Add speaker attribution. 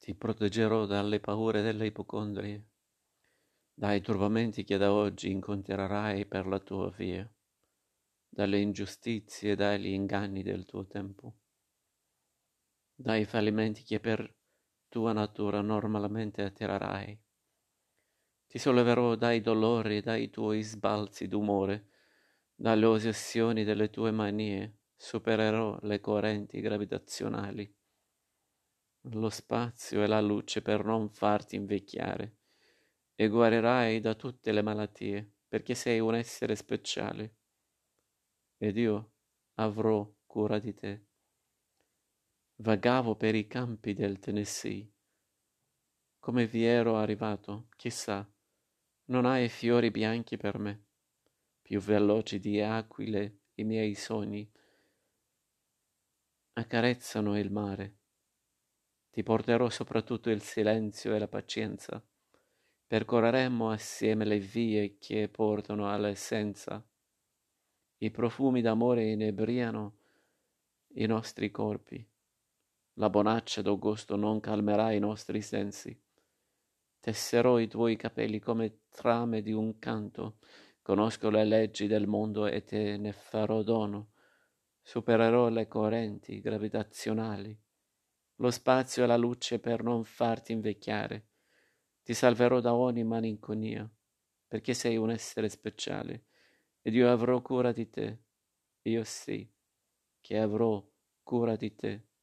Speaker 1: Ti proteggerò dalle paure delle ipocondrie, dai turbamenti che da oggi incontrerai per la tua via, dalle ingiustizie e dagli inganni del tuo tempo, dai fallimenti che per tua natura normalmente attirerai. Ti solleverò dai dolori e dai tuoi sbalzi d'umore, dalle ossessioni delle tue manie, supererò le correnti gravitazionali, lo spazio e la luce per non farti invecchiare, e guarirai da tutte le malattie, perché sei un essere speciale, ed io avrò cura di te. Vagavo per i campi del Tennessee. Come vi ero arrivato, chissà, non hai fiori bianchi per me, più veloci di aquile i miei sogni accarezzano il mare. Ti porterò soprattutto il silenzio e la pazienza. Percorreremo assieme le vie che portano all'essenza. I profumi d'amore inebriano i nostri corpi. La bonaccia d'agosto non calmerà i nostri sensi. Tesserò i tuoi capelli come trame di un canto. Conosco le leggi del mondo e te ne farò dono. Supererò le correnti gravitazionali, lo spazio e la luce per non farti invecchiare. Ti salverò da ogni malinconia, perché sei un essere speciale, ed io avrò cura di te. Io sì, che avrò cura di te.